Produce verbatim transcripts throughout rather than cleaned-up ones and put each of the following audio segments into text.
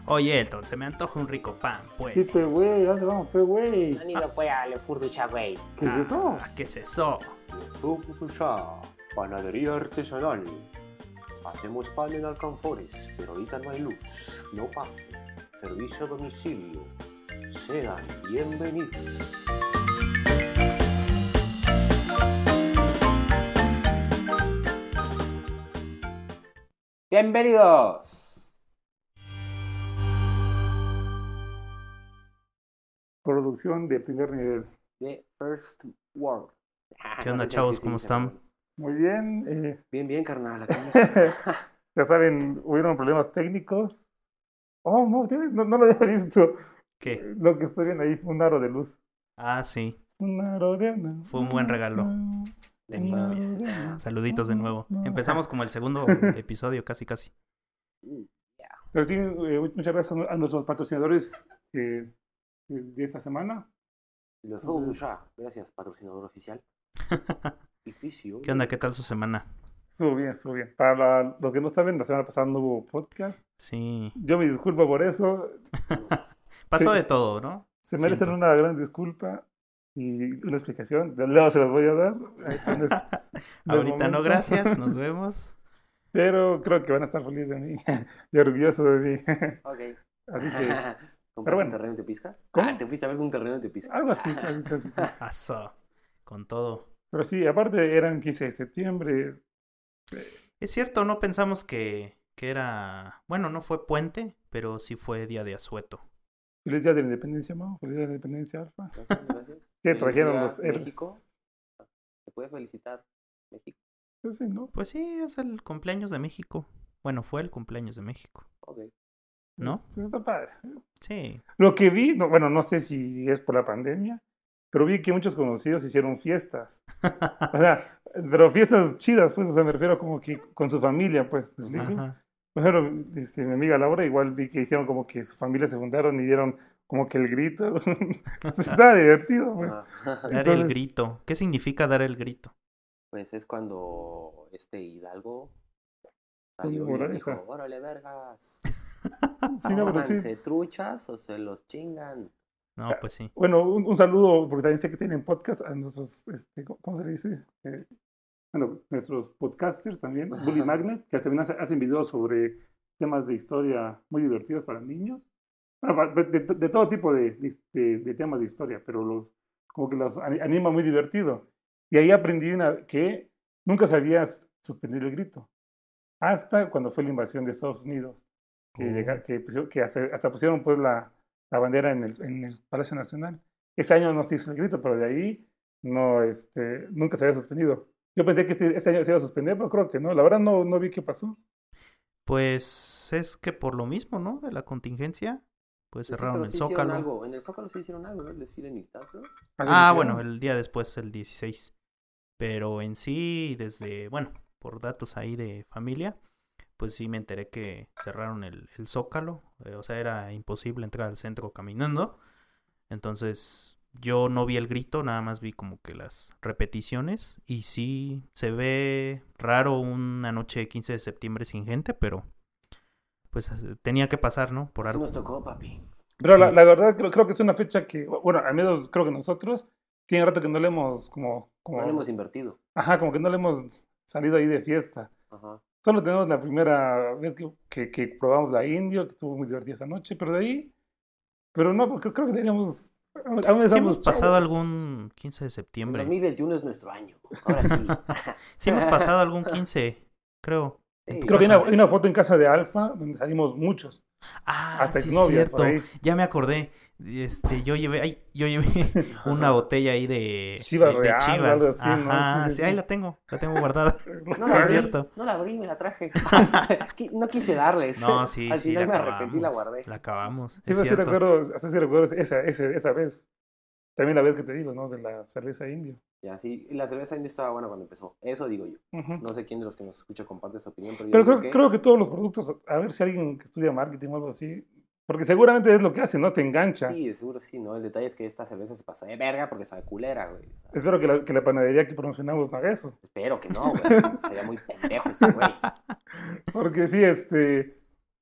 Oye, Elton, se me antoja un rico pan, pues. Sí, pues, güey, ¿dónde vamos, pues, güey? No han ido pues a Le Furducha, güey. ¿Qué es eso? Ah, ¿qué es eso? Furducha, panadería artesanal. Hacemos pan en alcanfores, pero ahorita no hay luz. No pase. Servicio a domicilio. Sean bienvenidos. Bienvenidos. Producción de primer nivel. The First World. ¿Qué onda, chavos? ¿Cómo están? Muy bien. Eh, Bien, bien, carnal. Aquí. ya saben, hubieron problemas técnicos. Oh, no, tienes- no, no lo había visto. ¿Qué? Lo que estoy viendo ahí, un aro de luz. Ah, sí. Un aro de luz. Fue un buen regalo de mi Un aro novia. de luz. Saluditos de nuevo. Empezamos como el segundo episodio, casi, casi. Pero sí, eh, muchas gracias a nuestros patrocinadores eh, de esta semana. Le Furducha. Gracias, patrocinador oficial. Y fisio. ¿Qué onda? ¿Qué tal su semana? Estuvo bien, estuvo bien. Para la- los que no saben, la semana pasada no hubo podcast. Sí. Yo me disculpo por eso. Pasó Sí. de todo, ¿no? Se merecen Siento. una gran disculpa y una explicación. Luego se las voy a dar. Ahí en es- del Ahorita no, momento. gracias. Nos vemos. Pero creo que van a estar felices de mí y orgullosos de mí. Ok. Así que, ¿Compraste bueno. un terreno en Teopisca? ¿Cómo? Ah, te fuiste a ver un terreno en Teopisca. algo así. algo así. Pasó. Con todo. Pero sí, aparte eran quince de septiembre. Es cierto, no pensamos que, que era... Bueno, no fue puente, pero sí fue día de asueto. Feliz día de la independencia, Mau. Feliz día de la independencia, Alfa. Gracias, gracias. ¿Qué Feliz trajeron día, los héroes? México. ¿Te puede felicitar México? Pues sí, ¿no? Pues sí, es el cumpleaños de México. Bueno, fue el cumpleaños de México, Ok. ¿no? Pues está padre. Sí. Lo que vi, no, bueno, no sé si es por la pandemia, pero vi que muchos conocidos hicieron fiestas. O sea, pero fiestas chidas, pues, o sea, me refiero como que con su familia, pues, ¿me explico? Ajá. Por ejemplo, este, mi amiga Laura igual vi que hicieron como que su familia se juntaron y dieron como que el grito. Está divertido, pues. Ah, Dar el Entonces- grito. ¿Qué significa dar el grito? pues es cuando este Hidalgo salió y Como les esa. dijo, órale, vergas. Sí, no, pero sí. Pónganse truchas o se los chingan. No, pues sí. Bueno, un, un saludo, porque también sé que tienen podcast a nuestros, este, ¿cómo cómo se le dice? Eh, bueno, nuestros podcasters también, Bully Magnet, que también hace- hacen videos sobre temas de historia muy divertidos para niños. Bueno, pa- de, de- de todo tipo de, de- de- de temas de historia, pero los, como que los ani- anima muy divertido. Y ahí aprendí una, que nunca sabía suspender el grito, hasta cuando fue la invasión de Estados Unidos, que, Oh. llega- que, pusi- que hasta, hasta pusieron pues la, la bandera en el, en el Palacio Nacional. Ese año no se hizo el grito, pero de ahí no, este, nunca se había suspendido. Yo pensé que este- ese año se iba a suspender, pero creo que no. La verdad no, no vi qué pasó. Pues es que por lo mismo, ¿no? De la contingencia, pues Pues sí, cerraron pero el sí hicieron Zócalo. algo. En el Zócalo sí hicieron algo, ¿no? El desfile militar, creo. Así Ah, hicieron. bueno, el día después, el dieciséis. Pero en sí, desde, bueno, por datos ahí de familia, pues sí me enteré que cerraron el, el Zócalo. eh, o sea, era imposible entrar al centro caminando. Entonces, yo no vi el grito, nada más vi como que las repeticiones. Y sí, se ve raro una noche de quince de septiembre sin gente, pero pues eh, tenía que pasar, ¿no? Por Así algo. nos tocó, papi. Pero Sí. la, la verdad creo, creo que es una fecha que, bueno, al menos creo que nosotros, tiene rato que no le hemos como, como, No le hemos invertido. ajá, como que no le hemos salido ahí de fiesta. Ajá. Solo tenemos la primera vez que, que, que probamos la indio, que estuvo muy divertida esa noche, pero de ahí, pero no, porque creo que teníamos, aún aún Sí estamos hemos pasado chavos. algún quince de El septiembre. dos mil veintiuno es nuestro año. Ahora sí. Sí hemos pasado algún quince, creo. en Sí. tu Creo que hay casa. una, hay una foto en casa de Alfa donde salimos muchos, Ah, hasta sí, exnovias por cierto. ahí. Ya me acordé. Este, yo llevé, ay, yo llevé una botella ahí de Chivas de, de Real, Chivas. algo así, ¿no? Ajá, Sí, sí, sí, ahí sí. la tengo, la tengo guardada. No Sí, la es abrí, cierto. no la abrí, me la traje. Qui- no quise darles. No, sí, Al sí, final la me arrepentí y la acabamos. guardé. La acabamos, Sí, es pero sí cierto. recuerdo, hasta sí recuerdo esa, esa, esa vez. También la vez que te digo, ¿no? De la cerveza indio. Ya, sí. Y la cerveza india estaba buena cuando empezó. Eso digo yo. Ujú. No sé quién de los que nos escucha comparte su opinión, pero yo Pero digo creo, que... creo que todos los productos, a ver si alguien que estudia marketing o algo así, porque seguramente es lo que hace, ¿no? Te engancha. Sí, de seguro sí, ¿no? El detalle es que esta cerveza se pasa de verga porque sabe culera, güey. Espero que la, que la panadería que promocionamos no haga eso. Espero que no, güey. Sería muy pendejo ese güey. Porque sí, este.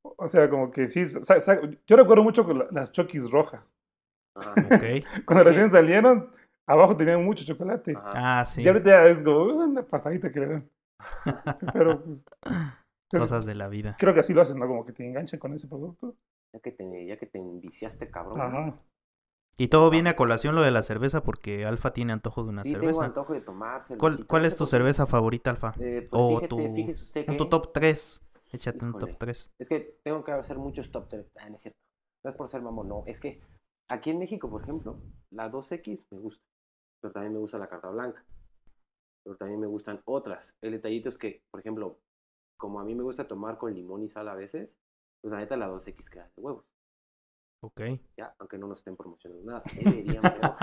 O sea, como que sí. sa- sa- yo recuerdo mucho con la- las Chokis rojas. Ajá. Ok. Cuando Ok. recién salieron, abajo tenían mucho chocolate. Ajá. Ah, sí. Y ahorita ya es como uh, una pasadita que le dan. Pero pues, entonces, Cosas de la vida. creo que así lo hacen, ¿no? Como que te enganchan con ese producto. Ya que te, ya que te enviciaste, cabrón. Ajá. Y todo viene a colación lo de la cerveza porque Alfa tiene antojo de una Sí, tengo cerveza. antojo de tomar ¿Cuál, cervecita, cuál no es sé tu por qué. cerveza favorita, Alfa? Eh, pues O fíjate, tu, fíjese usted en que... tu top tres. Échate un Híjole. top tres. Es que tengo que hacer muchos top tres. Ah, no es cierto. No es por ser mamón, no. Es que aquí en México, por ejemplo, la dos equis me gusta. Pero también me gusta la carta blanca. Pero también me gustan otras. El detallito es que, por ejemplo, como a mí me gusta tomar con limón y sal a veces, pues la neta la dos equis queda de huevos. Ok. Ya, aunque no nos estén promocionando nada. Deberían, pero...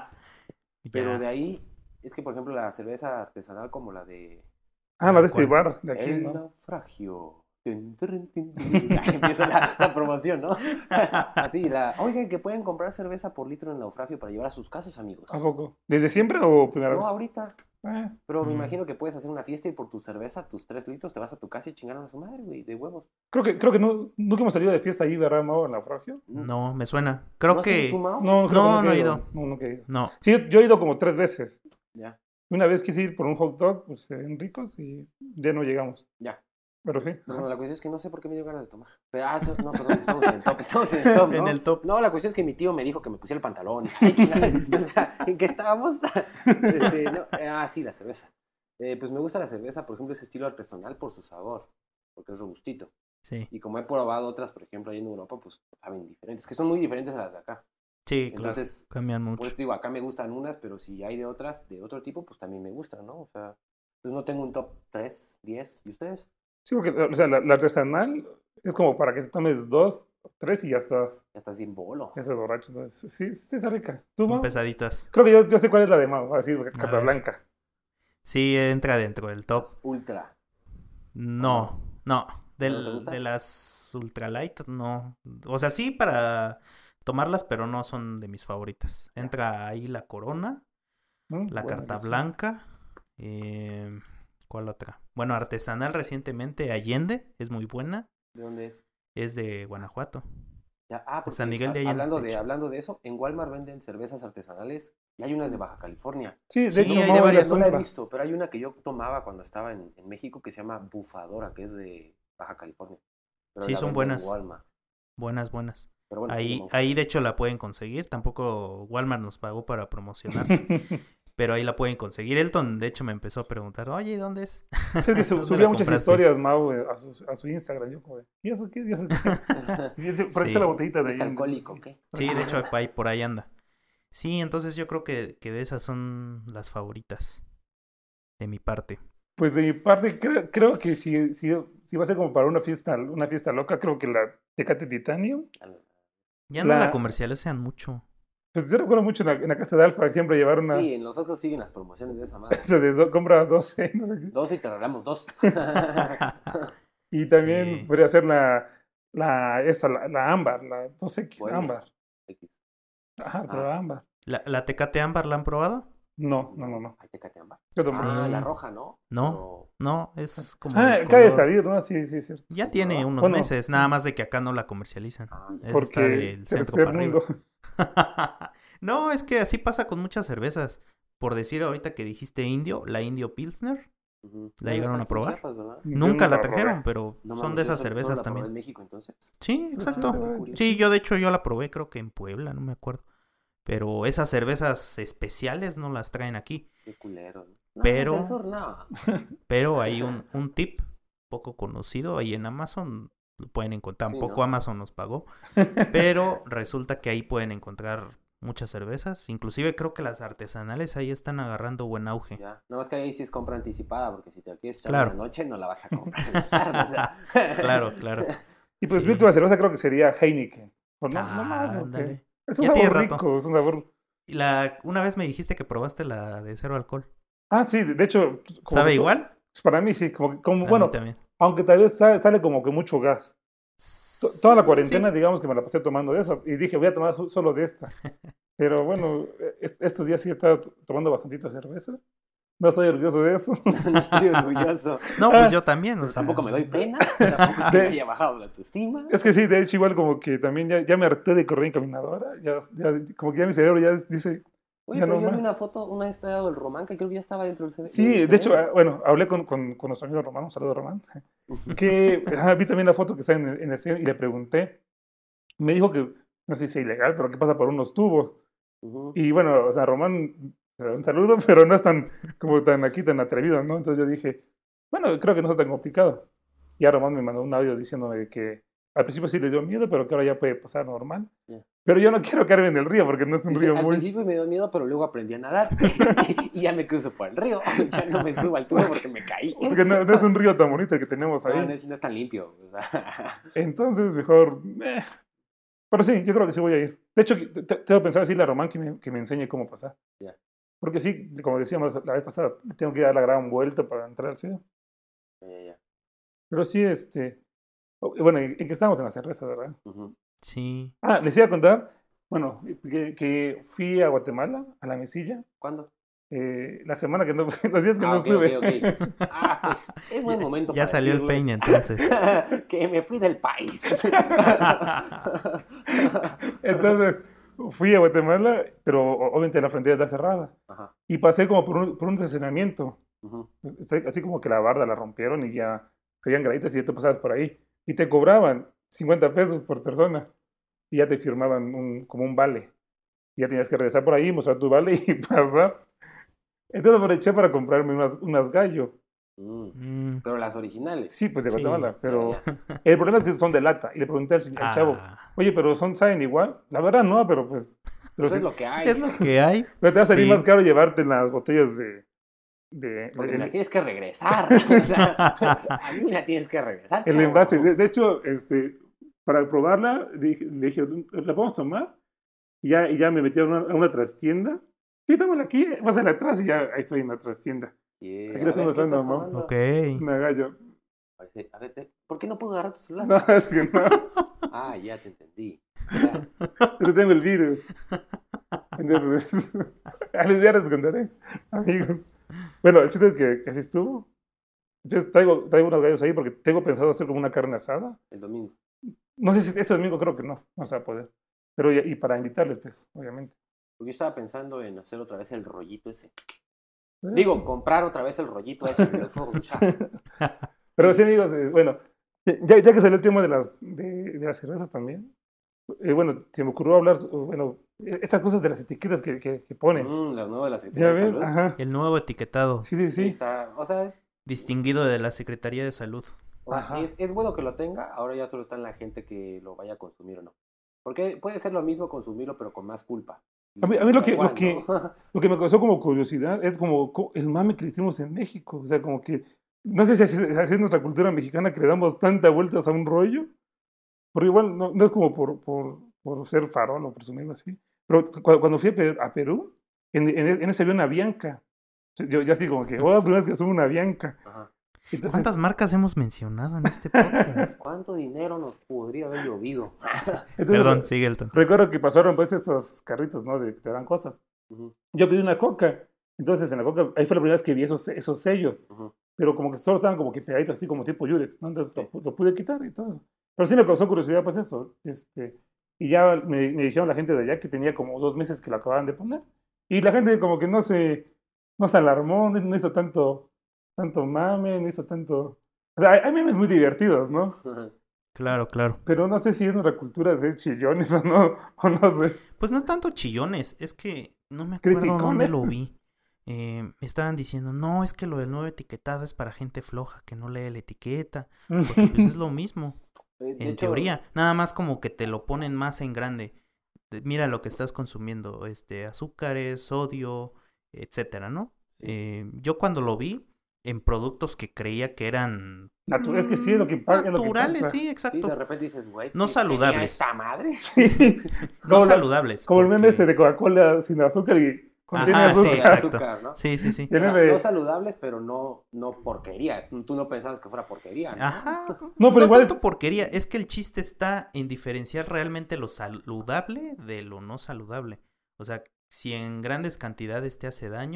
pero Ya. de ahí, es que por ejemplo la cerveza artesanal como la de Ah, la de este ¿Cuál? bar de aquí, El ¿no? Naufragio. Tun, turun, tun, tun. Ahí empieza la, la promoción, ¿no? Así, la... Oigan, que pueden comprar cerveza por litro en el Naufragio para llevar a sus casas, amigos. ¿A poco? ¿Desde siempre o primera No, vez? ahorita. Ah, Pero me Mm. imagino que puedes hacer una fiesta y por tu cerveza, tus tres litros, te vas a tu casa y chingaron a su madre, güey, de huevos. creo que, creo que no, nunca hemos salido de fiesta ahí, ¿verdad, Mau, en Naufragio? No, me suena. Creo ¿No has ido que... tú, Mao? No, creo No, que nunca no he he ido. ido. No, nunca he ido. No. Sí, yo, yo he ido como tres veces. Ya, Una vez quise ir por un hot dog, pues se ven ricos y ya no llegamos. ya. Pero sí. No, ajá. la cuestión es que no sé por qué me dio ganas de tomar. Pero, ah, eso- no, perdón, estamos en el top, estamos en el top, ¿no? En el top. No, la cuestión es que mi tío me dijo que me pusiera el pantalón. Ay, chingada. O sea, ¿en qué estábamos? Este, no, ah, sí, la cerveza. Eh, pues me gusta la cerveza, por ejemplo, ese estilo artesanal por su sabor, porque es robustito. Sí. Y como he probado otras, por ejemplo, ahí en Europa, pues saben diferentes, que son muy diferentes a las de acá. Sí, claro. Entonces, Cambian mucho. pues digo, acá me gustan unas, pero si hay de otras, de otro tipo, pues también me gustan, ¿no? O sea, pues no tengo un top tres, diez. ¿Y ustedes? Sí, porque o sea, la, la artesanal es como para que te tomes dos, tres y ya estás, Ya estás bien bolo. ya estás borracho. Entonces, sí, sí está rica. ¿Tú, Son Mau? pesaditas. Creo que yo, yo sé cuál es la de Mau, así, carta ver. blanca. Sí, entra dentro del top. Las ultra. No, no. Del- ¿No te gusta? de las ultralight, no. O sea, sí para tomarlas, pero no son de mis favoritas. Entra ahí la Corona, ¿no? la Buena Carta elección. Blanca. eh, ¿Cuál otra? Bueno, artesanal recientemente, Allende, es muy buena. ¿De dónde es? Es de Guanajuato. Ya, ah, porque San Miguel de a- Allende, hablando, de de, hecho. hablando de eso, en Walmart venden cervezas artesanales y hay unas de Baja California. Sí, de Sí, hecho, hay de Mau es varias. No la he compra. visto, pero hay una que yo tomaba cuando estaba en, en México que se llama Bufadora, que es de Baja California. Pero Sí, la son venden buenas. en Walmart. Buenas, buenas. Pero bueno, Ahí, sigue, Mau. ahí de hecho la pueden conseguir. Tampoco Walmart nos pagó para promocionarse. Pero ahí la pueden conseguir. Elton, de hecho, me empezó a preguntar, oye, ¿dónde es? Es que su- ¿Dónde subía la muchas compraste? historias, Mau, eh, a su, a su Instagram. Yo como, de, ¿y eso qué? ¿Y eso qué? Y yo, por ahí Sí. está la botellita de ¿Está ahí. alcohólico o qué? Sí, de hecho, ahí, por ahí anda. Sí, entonces yo creo que, que de esas son las favoritas. De mi parte. Pues de mi parte, creo, creo que si, si, si va a ser como para una fiesta, una fiesta loca, creo que la Tecate Titanium. Ya no la La- comercializan mucho. Pues yo recuerdo mucho en la, en la casa de Alfa siempre llevar una. Sí, en los otros siguen las promociones de esa madre. esa de do- compra doce, no sé qué. Dos y te regalamos dos. Y también Sí. podría ser la, la, esa, la, la ámbar, la dos equis Buena. ámbar. X. Ajá, pero Ah. ámbar. ¿La, la Tecate Ámbar la han probado? No, no, no, no. Ay, Tecate Ámbar. Yo tomo. Ah, Sí. la roja, ¿no? No. No, es como... Ah, de acaba de color- salir, ¿no? Sí, sí, es cierto. Ya Sí, tiene ¿verdad? unos Bueno, meses, sí. nada más de que acá no la comercializan. Ah, ya. Esa Porque está del centro tercer para arriba. mundo. No, es que así pasa con muchas cervezas. Por decir ahorita que dijiste indio, la Indio Pilsner, Ujú. ¿la Ya llegaron está a aquí en probar? Chiapas, ¿verdad? Yo nunca no la la trajeron, probé. pero No son mames, de yo esas solo- solo cervezas la probé también. en México, entonces. Sí, Pues exacto. sí, Qué sí, curioso. Sí, yo de hecho yo la probé, creo que en Puebla, no me acuerdo. Pero esas cervezas especiales no las traen aquí. Qué culero. ¿no? No, Pero- del sur, no. Pero hay un, un tip poco conocido ahí en Amazon, lo pueden encontrar. Sí, Tampoco ¿no? Amazon nos pagó, pero resulta que ahí pueden encontrar muchas cervezas. Inclusive creo que las artesanales ahí están agarrando buen auge. Ya. Nada más que ahí sí es compra anticipada, porque si te la quieres echar Claro. en la noche, no la vas a comprar en la tarde, o sea. Claro, claro. Y pues Sí. mi última cerveza creo que sería Heineken. O no, no Ah, más, porque ándale. es un Ya tiene sabor rato. rico, es un sabor. Y la, una vez me dijiste que probaste la de cero alcohol. Ah, sí, de hecho. como ¿Sabe que- igual? Para mí sí, como, que- como A bueno, mí también. aunque tal vez sale, sale como que mucho gas. To- Toda la cuarentena, digamos que me la pasé tomando de eso. Y dije, voy a tomar so- solo de esta. Pero bueno, e- estos días sí he estado t- tomando bastantita cerveza. No soy orgulloso de eso. No estoy orgulloso. No, pues yo también, o sea. Tampoco me doy pena, tampoco es que me haya bajado la autoestima. Es que sí, de hecho, igual como que también ya, ya me harté de correr en caminadora. Ya, ya, como que ya mi cerebro ya dice. Oye, ya pero no yo vi más. una foto, una historia del Román, que creo que ya estaba dentro del C V. Sí, de hecho, ah, bueno, hablé con, con, con nuestro amigo Román, un saludo Román, que ajá, vi también la foto que está en el, en el C V y le pregunté. Me dijo que, no sé si es ilegal, pero que pasa por unos tubos. Uh-huh. Y bueno, o sea, Román, un saludo, pero no es tan, como tan aquí, tan atrevido, ¿no? Entonces yo dije, bueno, creo que no es tan complicado. Y a Román me mandó un audio diciéndome que al principio sí le dio miedo, pero que ahora ya puede pasar normal. Yeah. Pero yo no quiero caerme en el río porque no es un Dice, río al muy... Al principio me dio miedo, pero luego aprendí a nadar y ya me cruzo por el río. Ya no me subo al tubo porque me caí. Porque no, no es un río tan bonito el que tenemos ahí. No, no es, no es tan limpio. Entonces, mejor... Eh. Pero sí, yo creo que sí voy a ir. De hecho, tengo pensado decirle a Román que me, que me enseñe cómo pasar. Yeah. Porque sí, como decíamos la vez pasada, tengo que dar la gran vuelta para entrar al C E O. Yeah, yeah. Pero sí, este... Bueno, en que estábamos en la cerveza, ¿verdad? Uh-huh. Sí. Ah, les iba a contar, bueno, que, que fui a Guatemala, a la Mesilla. ¿Cuándo? Eh, la semana que no, los días que ah, no okay, estuve. Okay, okay. Ah, pues es buen momento ya para salió el peine entonces. que me fui del país. Entonces, fui a Guatemala, pero obviamente la frontera está cerrada. Ajá. Y pasé como por un, por un estacionamiento. Uh-huh. Así como que la barda la rompieron y ya habían graditas y ya te pasabas por ahí. Y te cobraban cincuenta pesos por persona. Y ya te firmaban un, como un vale. Y ya tenías que regresar por ahí, mostrar tu vale y pasar. Entonces aproveché para comprarme unas, unas gallo. Mm. Pero las originales. Sí, pues de Guatemala. Sí. pero yeah, yeah. El problema es que son de lata. Y le pregunté al, al ah. chavo, oye, pero son, ¿saben igual? La verdad no, pero pues... Pero eso sí, es lo que hay. Es lo que hay. Pero te va a salir sí. más caro llevarte las botellas de... de Porque de, me las tienes que regresar. O sea, a mí me la tienes que regresar. El envase. De, de hecho, este, para probarla, le dije, le dije, ¿la podemos tomar? Y ya, y ya me metí a una, a una trastienda. Sí, tómala aquí, vas a la atrás y ya ahí estoy en la trastienda. Yeah. Aquí la estamos usando, ¿no? Ok. Una gallo. A ver, ¿por qué no puedo agarrar tu celular? No, es que no. Ah, ya te entendí. Ya. Pero tengo el virus. Entonces, a los días les contaré, amigos. Bueno, el chiste es que, que así estuvo. Entonces traigo, traigo unos gallos ahí porque tengo pensado hacer como una carne asada. El domingo. No sé si este domingo creo que no, no se va a poder. Pero ya, y para invitarles, pues, obviamente. Porque yo estaba pensando en hacer otra vez el rollito ese. ¿Eh? Digo, comprar otra vez el rollito ese. Pero sí, amigos, eh, bueno, ya, ya que salió el tema de las, de, de las cervezas también, eh, bueno, se me ocurrió hablar, bueno, estas cosas de las etiquetas que, que, que ponen. Mm, las nuevas de las etiquetas de salud. Ajá. El nuevo etiquetado. Sí, sí, sí. Está, o sea, distinguido de la Secretaría de Salud. Ajá. Es, es bueno que lo tenga, ahora ya solo está en la gente que lo vaya a consumir o no. Porque puede ser lo mismo consumirlo, pero con más culpa. A mí, a mí lo, que, igual, lo, que, ¿no? lo que me causó como curiosidad es como el mame que le hicimos en México. O sea, como que, no sé si así, así es nuestra cultura mexicana que le damos tantas vueltas a un rollo. Porque igual no, no es como por, por, por ser farol o presumirlo así. Pero cuando fui a Perú, en, en, en ese había una Bianca. Yo ya así como que, oh, primera vez que asumo una Bianca. Ajá. Entonces, ¿cuántas marcas hemos mencionado en este podcast? ¿Cuánto dinero nos podría haber llovido? Entonces, Perdón, sigue el tono. Recuerdo que pasaron pues esos carritos, ¿no? De que te dan cosas. Uh-huh. Yo pedí una coca. Entonces en la coca, ahí fue la primera vez que vi esos, esos sellos. Uh-huh. Pero como que solo estaban como que pegaditos así como tipo Yurex, ¿no? Entonces sí. lo, lo pude quitar y todo eso. Pero sí me causó curiosidad pues eso. Este, y ya me, me dijeron la gente de allá que tenía como dos meses que lo acababan de poner. Y la gente como que no se, no se alarmó, no, no hizo tanto... tanto mame, no hizo tanto... O sea, hay, hay memes muy divertidos, ¿no? Claro, claro. Pero no sé si es nuestra cultura de chillones o no, o no sé. Pues no tanto chillones, es que no me acuerdo Criticones. dónde lo vi. Eh, me estaban diciendo, no, es que lo del nuevo etiquetado es para gente floja, que no lee la etiqueta, porque pues es lo mismo, de en hecho, teoría. Nada más como que te lo ponen más en grande. Mira lo que estás consumiendo, este, azúcares, sodio, etcétera, ¿no? Eh, yo cuando lo vi, en productos que creía que eran Natu- es que sí, lo que paga, naturales, lo que sí, exacto. Sí, de repente dices, güey, no saludables. ¿Esta madre? Sí. No la, saludables. Como porque... el meme ese de Coca-Cola sin azúcar y contiene Ajá, azúcar. Sí, azúcar, ¿no? Sí, sí, sí. O sea, no saludables, pero no, no porquería. Tú no pensabas que fuera porquería, ¿no? Ajá. No, pero no igual... tanto porquería, es que el chiste está en diferenciar realmente lo saludable de lo no saludable. O sea, si en grandes cantidades te hace daño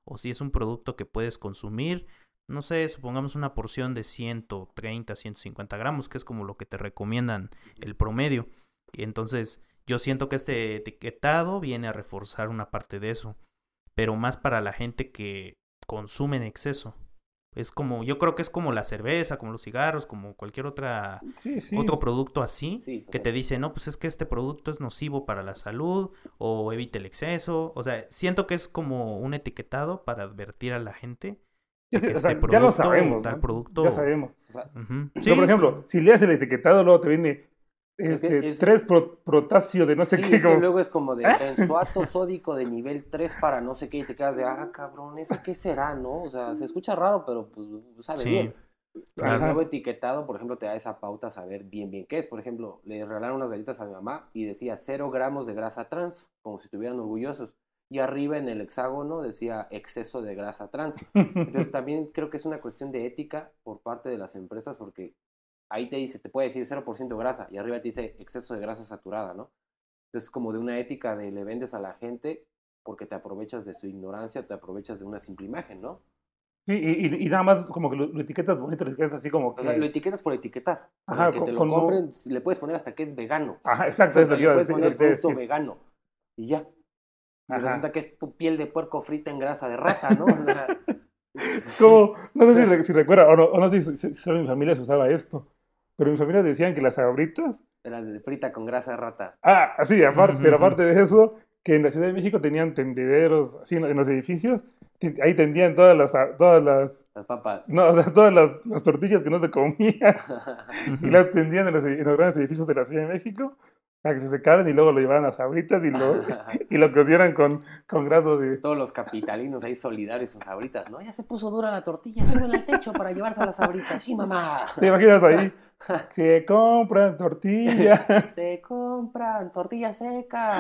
o si es un producto que puedes consumir, no sé, supongamos una porción de ciento treinta, ciento cincuenta gramos, que es como lo que te recomiendan el promedio. Y entonces yo siento que este etiquetado viene a reforzar una parte de eso, pero más para la gente que consume en exceso. Es como, yo creo que es como la cerveza, como los cigarros, como cualquier otra Sí, sí. otro producto así, Sí, que te dice, no, pues es que este producto es nocivo para la salud, o evite el exceso. O sea, siento que es como un etiquetado para advertir a la gente Ya, de que o sea, este ya lo producto sabemos, o tal ¿no? producto... Ya sabemos. O sea, Ujú. Yo, Sí, por ejemplo, si lees el etiquetado, luego te viene Es que este, es- tres pro- protasio de no sé sí, qué. es que como- luego es como de ¿Eh? benzoato sódico de nivel tres para no sé qué y te quedas de, ah, cabrón, ¿eso qué será, no? O sea, se escucha raro, pero pues sabe sí, bien. El claro. nuevo etiquetado, por ejemplo, te da esa pauta a saber bien bien qué es. Por ejemplo, le regalaron unas galletas a mi mamá y decía cero gramos de grasa trans, como si estuvieran orgullosos. Y arriba en el hexágono decía exceso de grasa trans. Entonces también creo que es una cuestión de ética por parte de las empresas porque ahí te dice, te puede decir cero por ciento grasa y arriba te dice exceso de grasa saturada, ¿no? Entonces como de una ética de le vendes a la gente porque te aprovechas de su ignorancia o te aprovechas de una simple imagen, ¿no? Sí, y, y- y nada más como que lo, lo etiquetas bonito, lo etiquetas así como O sea, lo que... etiquetas por etiquetar. Ajá, Para que co- te lo como- compren, le puedes poner hasta que es vegano. Ajá, exacto, O eso sea, que le iba a puedes decir. poner lo que iba a producto decir. vegano y ya. Y Ajá. resulta que es pu- piel de puerco frita en grasa de rata, ¿no? O sea, Como, no sé si, re- si recuerda, o no, o no sé si, si- si solo en mi familia se usaba esto, pero en mi familia decían que las sabritas, era de frita con grasa de rata. ah, así, aparte, pero Ujú. aparte de eso, que en la Ciudad de México tenían tendederos, así en, en los edificios, te- ahí tendían todas las, todas las, Las papas. no, o sea, todas las, las tortillas que no se comían, y Ujú. las tendían en los, en los grandes edificios de la Ciudad de México, para que se secaran y luego lo llevaban a sabritas y lo, y lo cocieran con, con graso de... Todos los capitalinos ahí solidarios con sabritas, ¿no? Ya se puso dura la tortilla, súbela al techo para llevarse a las sabritas. Sí, mamá. ¿Te imaginas ahí? Que compran tortillas. Se compran tortilla seca.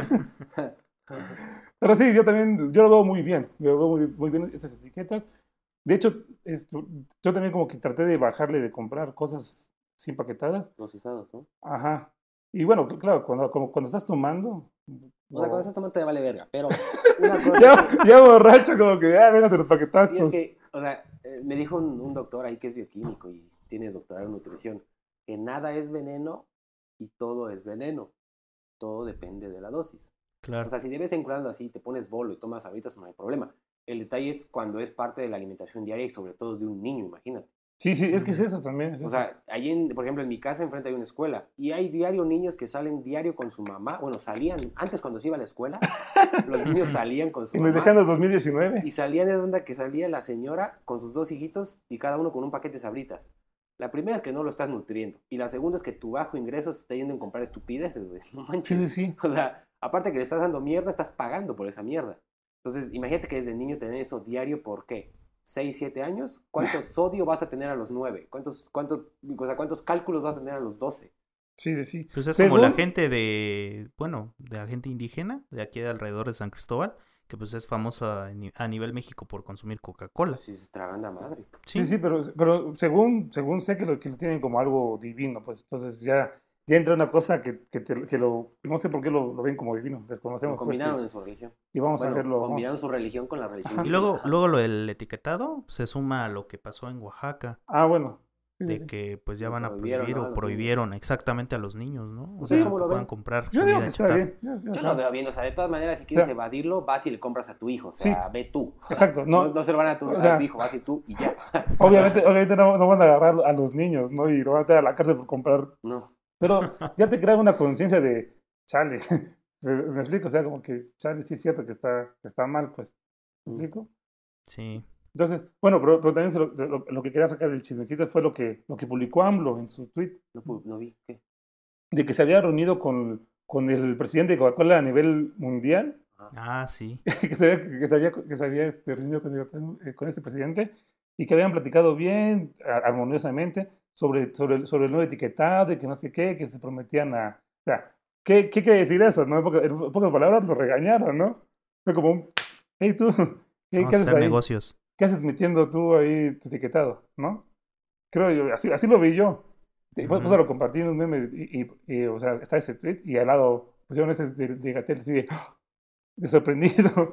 Pero sí, yo también, yo lo veo muy bien, yo veo muy, muy bien esas etiquetas. De hecho, esto, yo también como que traté de bajarle de comprar cosas así empaquetadas. Los usados, ¿no? Ajá. Y bueno, cl- claro, cuando, como cuando estás tomando... O sea, o- con esas tomas te vale verga, pero una cosa ya, que- ya borracho, como que, ah, véngase los paquetazos. sí es que, o sea, eh, me dijo un, un doctor ahí que es bioquímico y tiene doctorado en nutrición, que nada es veneno y todo es veneno. Todo depende de la dosis. Claro. O sea, si de vez en cuando así te pones bolo y tomas sabritas, no hay problema. El detalle es cuando es parte de la alimentación diaria y sobre todo de un niño, imagínate. Sí, sí, es que es eso también. es O eso. sea, ahí, en, por ejemplo, en mi casa enfrente hay una escuela y hay diario niños que salen diario con su mamá. Bueno, salían, antes cuando se iba a la escuela, los niños salían con su y me mamá. dejan los dos mil diecinueve. Y salían de onda que salía la señora con sus dos hijitos y cada uno con un paquete de sabritas. La primera es que no lo estás nutriendo. Y la segunda es que tu bajo ingreso se está yendo en comprar estupideces, güey. No manches. Sí, sí, sí. O sea, aparte que le estás dando mierda, estás pagando por esa mierda. Entonces, imagínate que desde niño tener eso diario, ¿por qué? ¿seis, siete años? ¿Cuánto sodio vas a tener a los nueve? ¿Cuántos, cuántos, o sea, ¿cuántos cálculos vas a tener a los doce? Sí, sí, sí. Pues es Según- como la gente de, bueno, de la gente indígena, de aquí de alrededor de San Cristóbal, que pues es famoso a, ni- a nivel México por consumir Coca-Cola. Sí, se tragan la madre. Sí, sí, pero, pero según, según sé que lo, que lo tienen como algo divino, pues entonces ya, ya entra una cosa que, que, te- que lo, no sé por qué lo, lo ven como divino, Lo desconocemos. Pues, combinaron sí. en su religión. Y vamos Bueno, a verlo. vamos- combinaron su religión con la religión. Y luego, luego lo del etiquetado se suma a lo que pasó en Oaxaca, Ah, bueno. Sí, sí, de sí. que pues ya Lo van a prohibieron, prohibir ¿no? A o los prohibieron exactamente a los niños, ¿no? O ¿Ustedes sea, cómo que lo puedan ven? comprar Yo digo comida que está chatarra. bien. ya- ya Yo está. lo veo bien, o sea, de todas maneras, si quieres Ya. evadirlo, vas y le compras a tu hijo, o Sí. sea, ve tú. Exacto, No, no, no se lo van a tu, o a sea- tu hijo, vas y tú y ya. obviamente, obviamente no, no van a agarrar a los niños, ¿no? Y lo van a meter a la cárcel por comprar. No. Pero ya te crea una conciencia de, chale, ¿me, me explico? O sea, como que, chale, sí es cierto que está, que está mal, pues. ¿Me Mm. explico? Sí. Entonces, bueno, pero, pero también se lo, lo- lo que quería sacar del chismecito fue lo que, lo que publicó AMLO en su tweet, No, pu- no vi. ¿Qué? de que se había reunido con, con el presidente de Coca-Cola a nivel mundial, Ah, sí. que se había, que se había, que se había, este, reunido con, eh, con ese presidente y que habían platicado bien, a- armoniosamente, sobre, sobre, el- sobre el nuevo etiquetado y que no sé qué, que se prometían a... O sea, ¿qué, qué quiere decir eso? ¿No? En pocas, en pocas palabras lo regañaron, ¿no? Fue como un, hey tú, ¿qué, Vamos ¿qué a haces hacer ahí? negocios. ¿Qué haces metiendo tú ahí tu etiquetado? ¿No? Creo yo, así, así lo vi yo. Después Ujú. pues, lo compartí en un meme y, y- y, o sea, está ese tweet y al lado pusieron ese de, de Gatell así de, ¡ah! De sorprendido.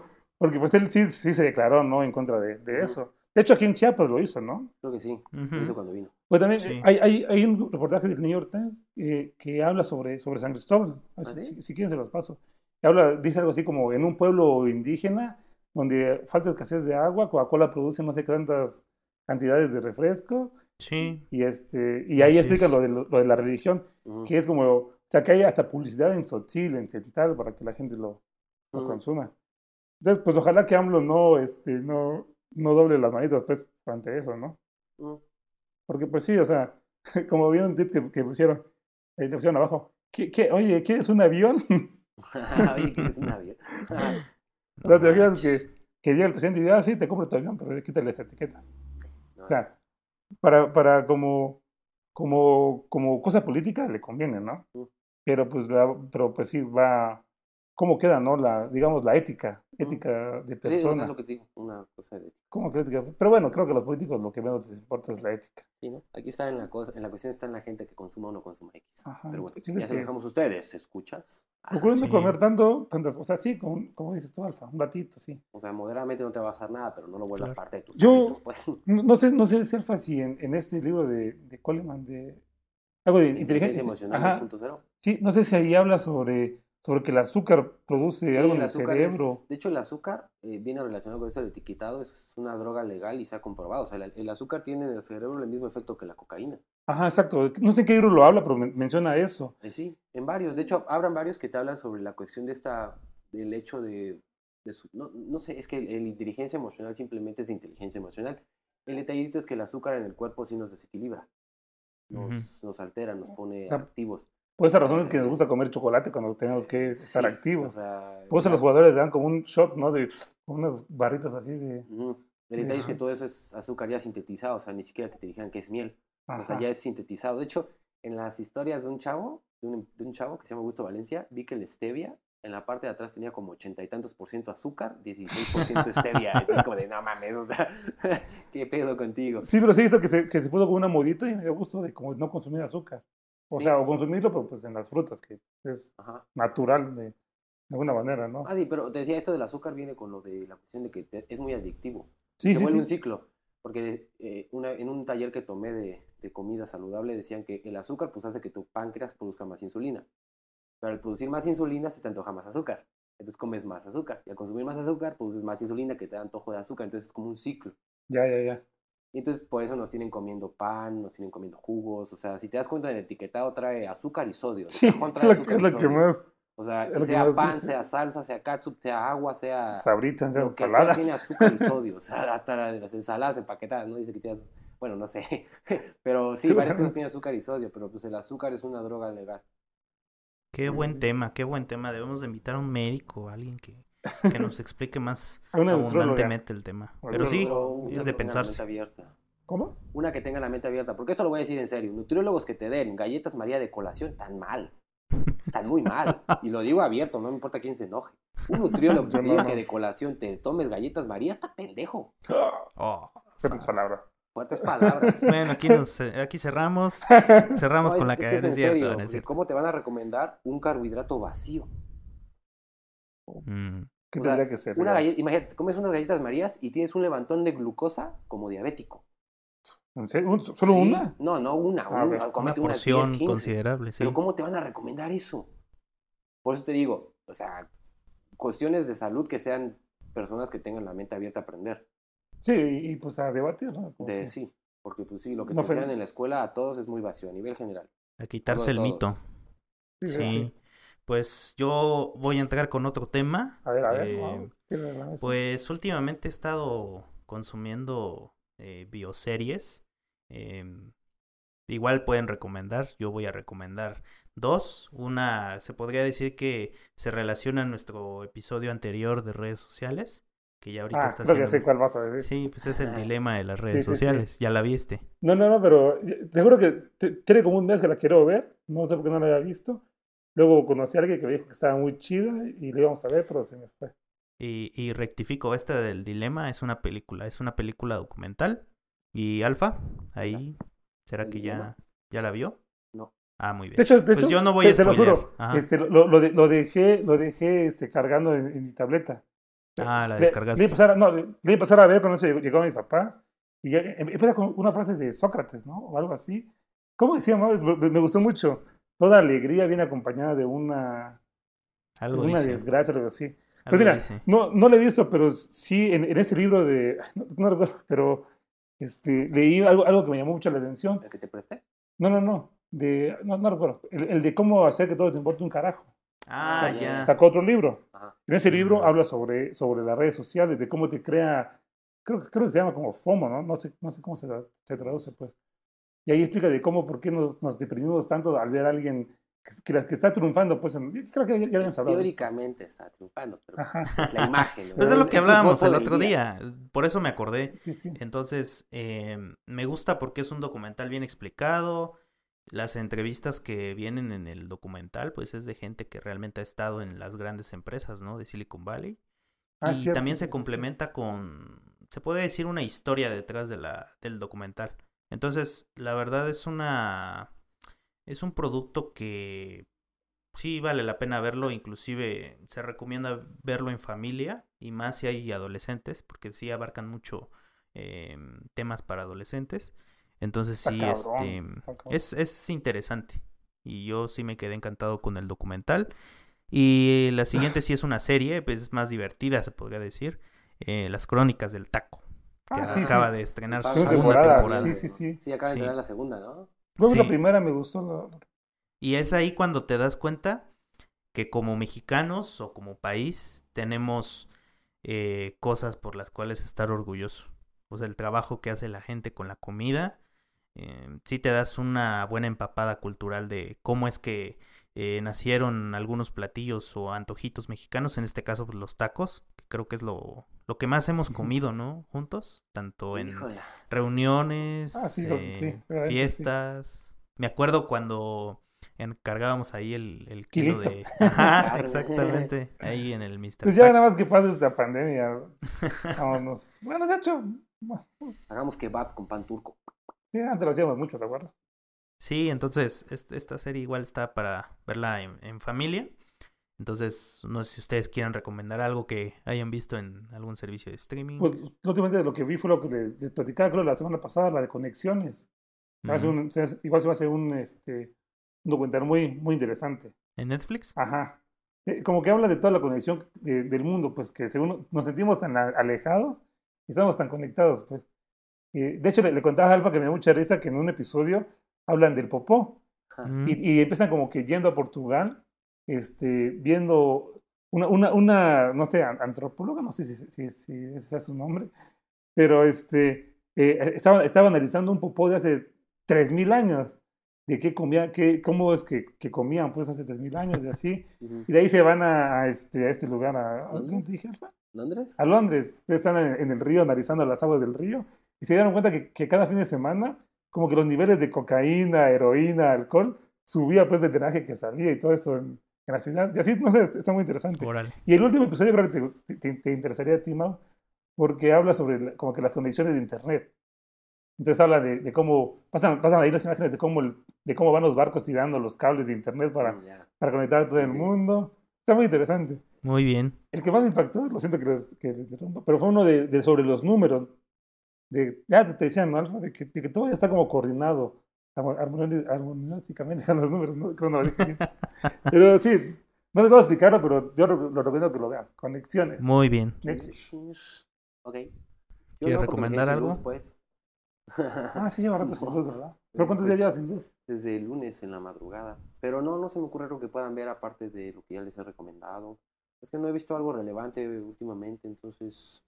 Porque pues él sí, sí se declaró, ¿no? En contra de, de Ujú. eso. De hecho, aquí en Chiapas lo hizo, ¿no? Creo que sí, lo Ujú. hizo cuando vino. Pues también Sí. hay, hay, hay un reportaje del New York Times eh, que habla sobre, sobre San Cristóbal. ¿Ah, Si, sí? si- si quieren se los paso. Habla, dice algo así como en un pueblo indígena donde falta escasez de agua, Coca-Cola produce no sé cuántas cantidades de refresco Sí, y, este, y ahí así explican es. lo de, lo, lo de la religión, Ujú. que es como, o sea, que hay hasta publicidad en Tzotzil, en Central, para que la gente lo, lo Ujú. consuma. Entonces, pues ojalá que AMLO no, este, no, no doble las manitas pues, ante eso, ¿no? Ujú. Porque pues sí, o sea, como vi un tip que, que pusieron, eh, le pusieron abajo, ¿qué, qué, oye, ¿quieres un avión? Oye, que es un avión. O sea, No te imaginas manches. que, que llega el presidente y diga, ah, sí, te compro tu avión, pero quítale esa etiqueta. No, O sea, para, para como, como, como cosa política le conviene, ¿no? Ujú. Pero pues, va- pero pues sí, va, ¿cómo queda, no? La, digamos, la ética, Ujú. ética de Pues sí, o sea, es persona. lo que te digo, una cosa de... ¿Cómo que ética? Pero bueno, creo que a los políticos lo que menos les importa es la ética. Sí, ¿no? Aquí está en la cosa, en la cuestión está en la gente que consuma o no consuma X. Ajá, Pero bueno, el chiste ya se lo que- dejamos a ustedes, ¿escuchas? Ah, Procuren no Sí. comer tanto, tantas cosas, sí, como, como dices tú, Alfa, un ratito, sí. o sea, moderadamente no te va a pasar nada, pero no lo vuelvas Claro. parte de tus Yo- hábitos, pues. No, no sé, no sé si Alfa, si en, en este libro de, de Coleman, de algo de Inteligencia inteligencia, emocional ajá, dos punto cero. sí, no sé si ahí habla sobre, sobre que el azúcar produce Sí, algo en el el azúcar cerebro. es, de hecho el azúcar eh, viene relacionado con eso del etiquetado, es una droga legal y se ha comprobado, o sea, el, el azúcar tiene en el cerebro el mismo efecto que la cocaína. Ajá, exacto. No sé en qué libro lo habla, pero men- menciona eso. Eh, sí, en varios, de hecho, habrán varios que te hablan sobre la cuestión de esta, del hecho de, de su- no, no sé, es que el, el inteligencia emocional simplemente es de inteligencia emocional. El detallito es que el azúcar en el cuerpo sí nos desequilibra, nos, nos altera, nos pone O sea, activos. Por esa razón es que nos gusta comer chocolate cuando tenemos que estar Sí, activos. o sea, Por eso la- los jugadores le dan como un shot, ¿no? De unas barritas así de... Ujú. El detalle es que Ajá. todo eso es azúcar ya sintetizado, o sea, ni siquiera que te dijeran que es miel. O sea, Ajá. ya es sintetizado. De hecho, en las historias de un chavo, de un, de un chavo que se llama Augusto Valencia, vi que el stevia en la parte de atrás tenía como ochenta y tantos por ciento azúcar, dieciséis por ciento stevia. Y como de, no mames, o sea, ¿qué pedo contigo? Sí, pero sí he visto que se, que se puso como una modita y me dio gusto de como no consumir azúcar. O Sí. sea, o consumirlo, pero pues en las frutas, que es Ajá. natural de, de alguna manera, ¿no? Ah, sí, pero te decía, esto del azúcar viene con lo de la cuestión de que te- es muy adictivo. Sí, se sí, vuelve sí. un ciclo. Porque eh, una- en un taller que tomé de, de comida saludable decían que el azúcar pues hace que tu páncreas produzca más insulina. Pero al producir más insulina se te antoja más azúcar. Entonces comes más azúcar. Y al consumir más azúcar produces más insulina que te da antojo de azúcar. Entonces es como un ciclo. Ya, ya, ya. Y entonces por eso nos tienen comiendo pan, nos tienen comiendo jugos. O sea, si te das cuenta, el etiquetado trae azúcar y sodio. De Sí, cajón es trae lo, azúcar es y lo que sodio. más O sea, es lo que sea más pan, dice. sea salsa, sea catsup, sea agua, sea sabritas, lo que sea ensaladas. tiene azúcar y sodio. O sea, hasta la- las ensaladas empaquetadas, ¿no? Dice que tienes, bueno, no sé. Pero sí, varias cosas tienen azúcar y sodio, pero pues el azúcar es una droga legal. Qué Sí, buen sí. tema, qué buen tema. Debemos de invitar a un médico, a alguien que, que nos explique más A una nutróloga. abundantemente el tema. O Pero sí, Pero una es que de tenga la mente pensarse. abierta. ¿Cómo? Una que tenga la mente abierta, porque esto lo voy a decir en serio. Nutriólogos que te den galletas María de colación están mal. Están muy mal. Y lo digo abierto, no me importa quién se enoje. Un nutriólogo que Yo te no, diga no. que de colación te tomes galletas María está pendejo. Ah, Oh, fuertes palabras. Fuertes palabras. bueno, aquí, nos, eh, aquí cerramos. Cerramos No, es, con la es que cadena, es en es cierto, serio. no es Porque cierto. ¿cómo te van a recomendar un carbohidrato vacío? Mm, ¿Qué O sea, tendría que ser? Una ya? galleta, imagínate, comes unas galletas Marías y tienes un levantón de glucosa como diabético. ¿En serio? ¿Un- ¿Solo Sí, una? No, no una, Ah, una, ok. cómete una unas diez, porción quince. considerable, sí. Pero ¿cómo te van a recomendar eso? Por eso te digo, o sea, cuestiones de salud que sean personas que tengan la mente abierta a aprender. Sí, y, y, pues a debatir, ¿no? Como De que- sí, porque pues sí, lo que No te fue- enseñan en la escuela a todos es muy vacío, a nivel general. A quitarse el Todos. mito. Sí, sí, Sí. sí. Pues yo voy a entrar con otro tema. A ver, a ver. Eh, wow, tira la mesa. Pues últimamente he estado consumiendo eh, bioseries. em, igual pueden recomendar. Yo voy a recomendar dos. Una se podría decir que se relaciona a nuestro episodio anterior de redes sociales. Que ya ahorita Ah, está creo que haciendo. sé cuál vas a decir. Sí, pues es el Ajá. dilema de las Sí, redes sí, sí. sociales. Ya la viste. No, no, no, pero te juro que te- tiene como un mes que la quiero ver. No sé por qué no la había visto. Luego conocí a alguien que me dijo que estaba muy chida y la íbamos a ver, pero se me fue. Y, y rectifico, esta del dilema es una película, es una película documental. Y Alfa, ahí, ¿será ¿El que dilema? ya, ya la vio? No. Ah, muy bien. De hecho, de Pues hecho, yo no voy te, a te lo spoilear. juro, Ajá. este, lo, lo, de- lo dejé, lo dejé este, cargando en, en mi tableta. Ah, la Le, le descargaste. iba a pasar, a- no, le, le iba a pasar a ver, pero no se llegó, llegó a mis papás. Y ya, em- empieza con una frase de Sócrates, ¿no? O algo así. ¿Cómo decía, no? Me, me gustó mucho. Toda alegría viene acompañada de una, de Algo una dice. desgracia, algo así. Pues Algo mira, dice. no, no lo he visto, pero sí en, en ese libro de, no, no recuerdo, pero este, leí algo, algo que me llamó mucho la atención. ¿El que te presté? No, no, no, de, no, no recuerdo. El, el de cómo hacer que todo te importe un carajo. Ah, ya, ya. Sacó otro libro. Ajá. En ese libro Mm. habla sobre, sobre las redes sociales, de cómo te crea, creo, que- creo que se llama como FOMO, ¿no? No sé, no sé cómo se, tra- se traduce, pues. Y ahí explica de cómo, por qué nos, nos deprimimos tanto al ver a alguien que, que, la- que está triunfando, pues. En- creo que ya, ya habíamos hablado de esto. Teóricamente está triunfando, pero pues, Ajá. esa es la imagen. o Pues sea, es lo que es su hablábamos foto el del otro día. Por eso me acordé. Sí, sí. Entonces, eh, me gusta porque es un documental bien explicado. Las entrevistas que vienen en el documental, pues es de gente que realmente ha estado en las grandes empresas, ¿no? De Silicon Valley. Ah, Y cierto, también sí, se sí, sí. complementa con, se puede decir, una historia detrás de la, del documental. Entonces, la verdad es una, es un producto que sí vale la pena verlo, inclusive se recomienda verlo en familia y más si hay adolescentes, porque sí abarcan mucho eh, temas para adolescentes. Entonces Está sí, cabrón, este, está cabrón. es, es interesante y yo sí me quedé encantado con el documental. Y la siguiente sí es una serie, pues es más divertida, se podría decir, eh, Las Crónicas del Taco, que Ah, sí, acaba sí. de estrenar su Segunda segunda temporada, temporada. sí, sí, sí. Sí, acaba de Sí. tener la segunda, ¿no? Luego la Sí. primera me gustó. la- Y es ahí cuando te das cuenta que como mexicanos o como país tenemos eh, cosas por las cuales estar orgulloso. O sea, el trabajo que hace la gente con la comida, eh, sí te das una buena empapada cultural de cómo es que eh, nacieron algunos platillos o antojitos mexicanos, en este caso pues, los tacos, que creo que es lo, lo que más hemos Ujú. comido, ¿no? Juntos, tanto en Híjole. reuniones, Ah, sí, lo- eh, sí, realmente sí. fiestas. Me acuerdo cuando encargábamos ahí el, el kilo Kilito. de... Ajá, Carne. exactamente, ahí en el mister Pues ya Taco. nada más que pase esta pandemia. Vámonos. Bueno, de hecho, bueno, Hagamos kebab con pan turco. sí, antes lo hacíamos mucho, ¿te acuerdas? Sí, entonces est- esta serie igual está para verla en, en familia. Entonces, no sé si ustedes quieren recomendar algo que hayan visto en algún servicio de streaming. Pues últimamente lo que vi fue lo que les, les platicaba, creo, la semana pasada, la de conexiones. Se hace Ujú. un- se hace- igual se va a hacer un, este, un documental muy, muy interesante. ¿En Netflix? Ajá. Eh, Como que habla de toda la conexión de- del mundo, pues que según nos sentimos tan a- alejados y estamos tan conectados, pues. Eh, de hecho, le, le contaba a Alfa que me da mucha risa que en un episodio hablan del popó Ajá. Mm. y, y empiezan como que yendo a Portugal, este, viendo una, una, una, no sé, an- antropóloga, no sé si, si, si ese es su nombre, pero este, eh, estaba, estaba analizando un popó de hace tres mil años, de qué comía, qué, cómo es que, que comían pues hace tres mil años y así, Ujú. y de ahí se van a, a este, a este lugar, a, ¿a ¿Londres? ¿dónde dije, Alfa? ¿Londres? A Londres. Ustedes están en, en el río analizando las aguas del río y se dieron cuenta que, que cada fin de semana, como que los niveles de cocaína, heroína, alcohol, subía pues del drenaje que salía y todo eso en, en la ciudad. Y así, no sé, está muy interesante. Órale. Y el último episodio creo que te, te, te interesaría a ti, Mau, porque habla sobre la- como que las conexiones de Internet. Entonces habla de, de cómo, pasan, pasan ahí las imágenes de cómo, el- de cómo van los barcos tirando los cables de Internet para, Mm, ya. para conectar a todo el Sí. mundo. Está muy interesante. Muy bien. El que más me impactó, lo siento que, les- que les interrumpa, pero fue uno de, de sobre los números. De, ya te decían, ¿no, Alfa? De que, de que todo ya está como coordinado armo- armoni- armoniosamente con los números, ¿no? Creo que no lo dije bien. Pero sí, no les voy a explicarlo, pero yo lo, lo recomiendo que lo vean. Conexiones. Muy bien. Netflix. Ok. Yo ¿Quieres no, porque me quedé recomendar sin algo? luz, pues. Ah, sí, lleva rato sin luz, ¿verdad? ¿Pero cuántos días Pues, llevas sin luz? Desde el lunes en la madrugada. Pero no, no se me ocurre algo que puedan ver aparte de lo que ya les he recomendado. Es que no he visto algo relevante últimamente, entonces...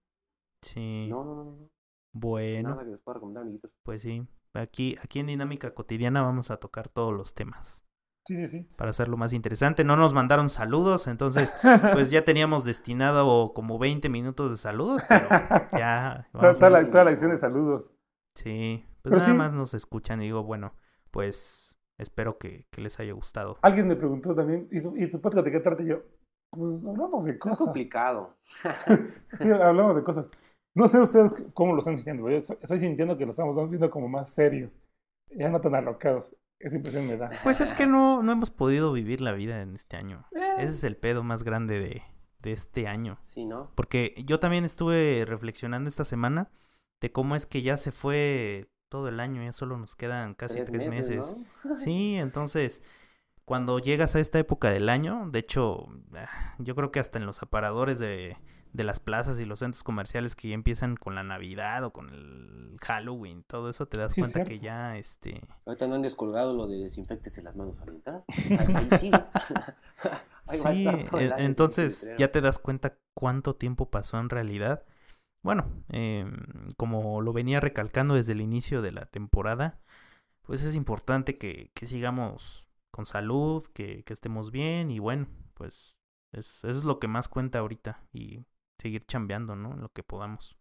Sí. No, no, no, no. Bueno, Nada que les pueda recomendar, amiguitos. pues sí. Aquí, aquí en Dinámica Cotidiana vamos a tocar todos los temas Sí, sí, sí. para hacerlo más interesante. No nos mandaron saludos, entonces pues ya teníamos destinado como veinte minutos de saludos, pero ya Toda, vamos toda a... la, toda la acción de saludos. Sí, pues Pero nada sí. más nos escuchan y digo, bueno, pues espero que, que les haya gustado. Alguien me preguntó también, ¿y tu, y tu podcast de qué trata? Y yo, pues hablamos de Es cosas. complicado. Sí, hablamos de cosas. No sé ustedes cómo lo están sintiendo, pero yo estoy estoy sintiendo que lo estamos viendo como más serios, ya no tan alocados. Esa impresión me da. Pues es que no, no hemos podido vivir la vida en este año. Eh, Ese es el pedo más grande de, de este año. Sí, ¿no? Porque yo también estuve reflexionando esta semana de cómo es que ya se fue todo el año, ya solo nos quedan casi Tres tres meses, meses. ¿no? Sí, entonces, cuando llegas a esta época del año, de hecho, ah, yo creo que hasta en los aparadores de, de las plazas y los centros comerciales que ya empiezan con la Navidad o con el Halloween, todo eso, te das Sí, es cuenta que cierto. ya, este... Ahorita no han descolgado lo de desinfectese las manos ahorita. O sea, ahí sí. Ahí va a Sí, estar todo el e- año ese entonces letrero. ya te das cuenta cuánto tiempo pasó en realidad. Bueno, em, como lo venía recalcando desde el inicio de la temporada, pues es importante que, que sigamos con salud, que, que estemos bien y bueno, pues es, eso es lo que más cuenta ahorita y seguir chambeando, ¿no? En lo que podamos.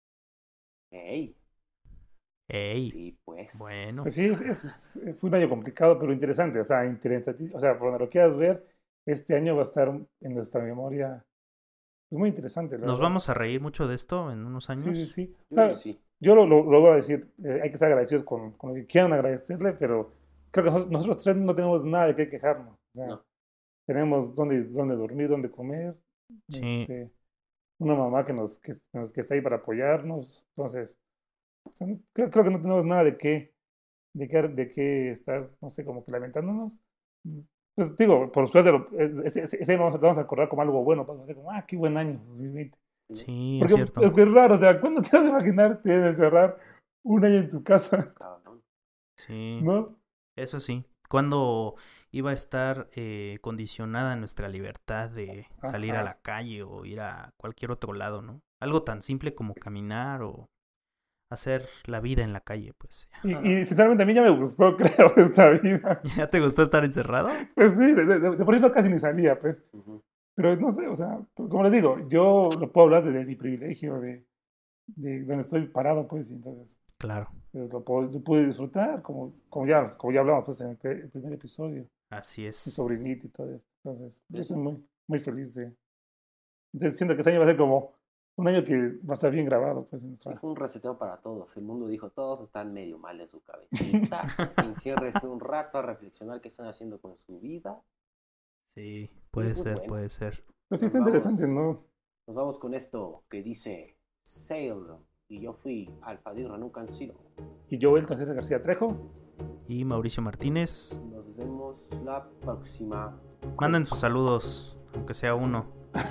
Ey, ¡Ey! sí, pues. Bueno. Pues sí, es, es- fue un año complicado, pero interesante. O sea, interesante. O sea, por donde lo quieras ver, este año va a estar en nuestra memoria. Es muy interesante, la ¿Nos verdad. vamos a reír mucho de esto en unos Sí, años? sí, sí. Yo creo que Claro, sí. yo lo, lo, lo voy a decir, eh, hay que ser agradecidos con, con lo que quieran agradecerle, pero creo que nosotros, nosotros tres no tenemos nada de qué quejarnos. O sea, No. tenemos dónde, dónde dormir, dónde comer, Sí. este, una mamá que nos, que, nos- que está ahí para apoyarnos. Entonces, o sea, no- creo, creo que no tenemos nada de qué, de qué, de qué estar, no sé, como que lamentándonos. Pues digo, por suerte, lo- ese, ese- ese vamos, a, vamos a acordar como algo bueno, vamos a decir como, ah, qué buen año, dos mil veinte. Sí, es Porque cierto. es que es raro, o sea, ¿cuándo te vas a imaginar te encerrar un año en tu casa? Cabrón. Sí. ¿No? Eso sí, cuando iba a estar eh, condicionada nuestra libertad de salir a Ajá. la calle o ir a cualquier otro lado, ¿no? Algo tan simple como caminar o hacer la vida en la calle, pues. Y, y sinceramente a mí ya me gustó, creo, esta vida. ¿Ya te gustó estar encerrado? Pues sí, de, de, de por sí no casi ni salía, pues. Ujú. Pero no sé, o sea, como les digo, yo lo puedo hablar desde mi privilegio, de, de donde estoy parado, pues, y entonces Claro, pues, lo, puedo, lo pude disfrutar, como, como, ya, como ya hablamos pues, en el, pe- el primer episodio, así mi es. sobrinito y todo esto. Entonces, yo Eso. soy muy, muy feliz de... Entonces, siento que este año va a ser como un año que va a estar bien grabado, pues, en Sí, nuestra... fue un reseteo para todos. El mundo dijo, todos están medio mal de su cabecita. Enciérrese un rato a reflexionar qué están haciendo con su vida. Sí, puede Muy ser, bueno. puede ser. Pues sí, está Vamos. interesante, ¿no? Nos vamos con esto que dice Sail. Y yo fui Alfadir nunca han sido. Y yo, Elton César García Trejo. Y Mauricio Martínez, Nos vemos la próxima. manden sus saludos, aunque sea uno.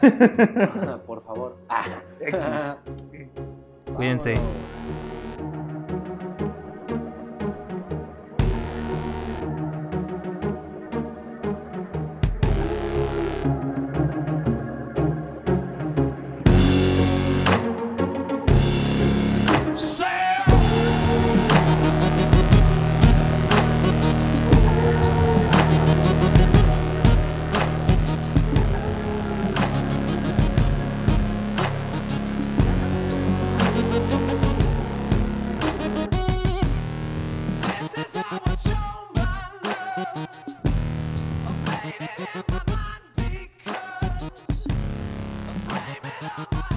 Por favor. X. Cuídense. Vámonos. This is how I show my love. I'm playing it in my mind because I'm blaming on my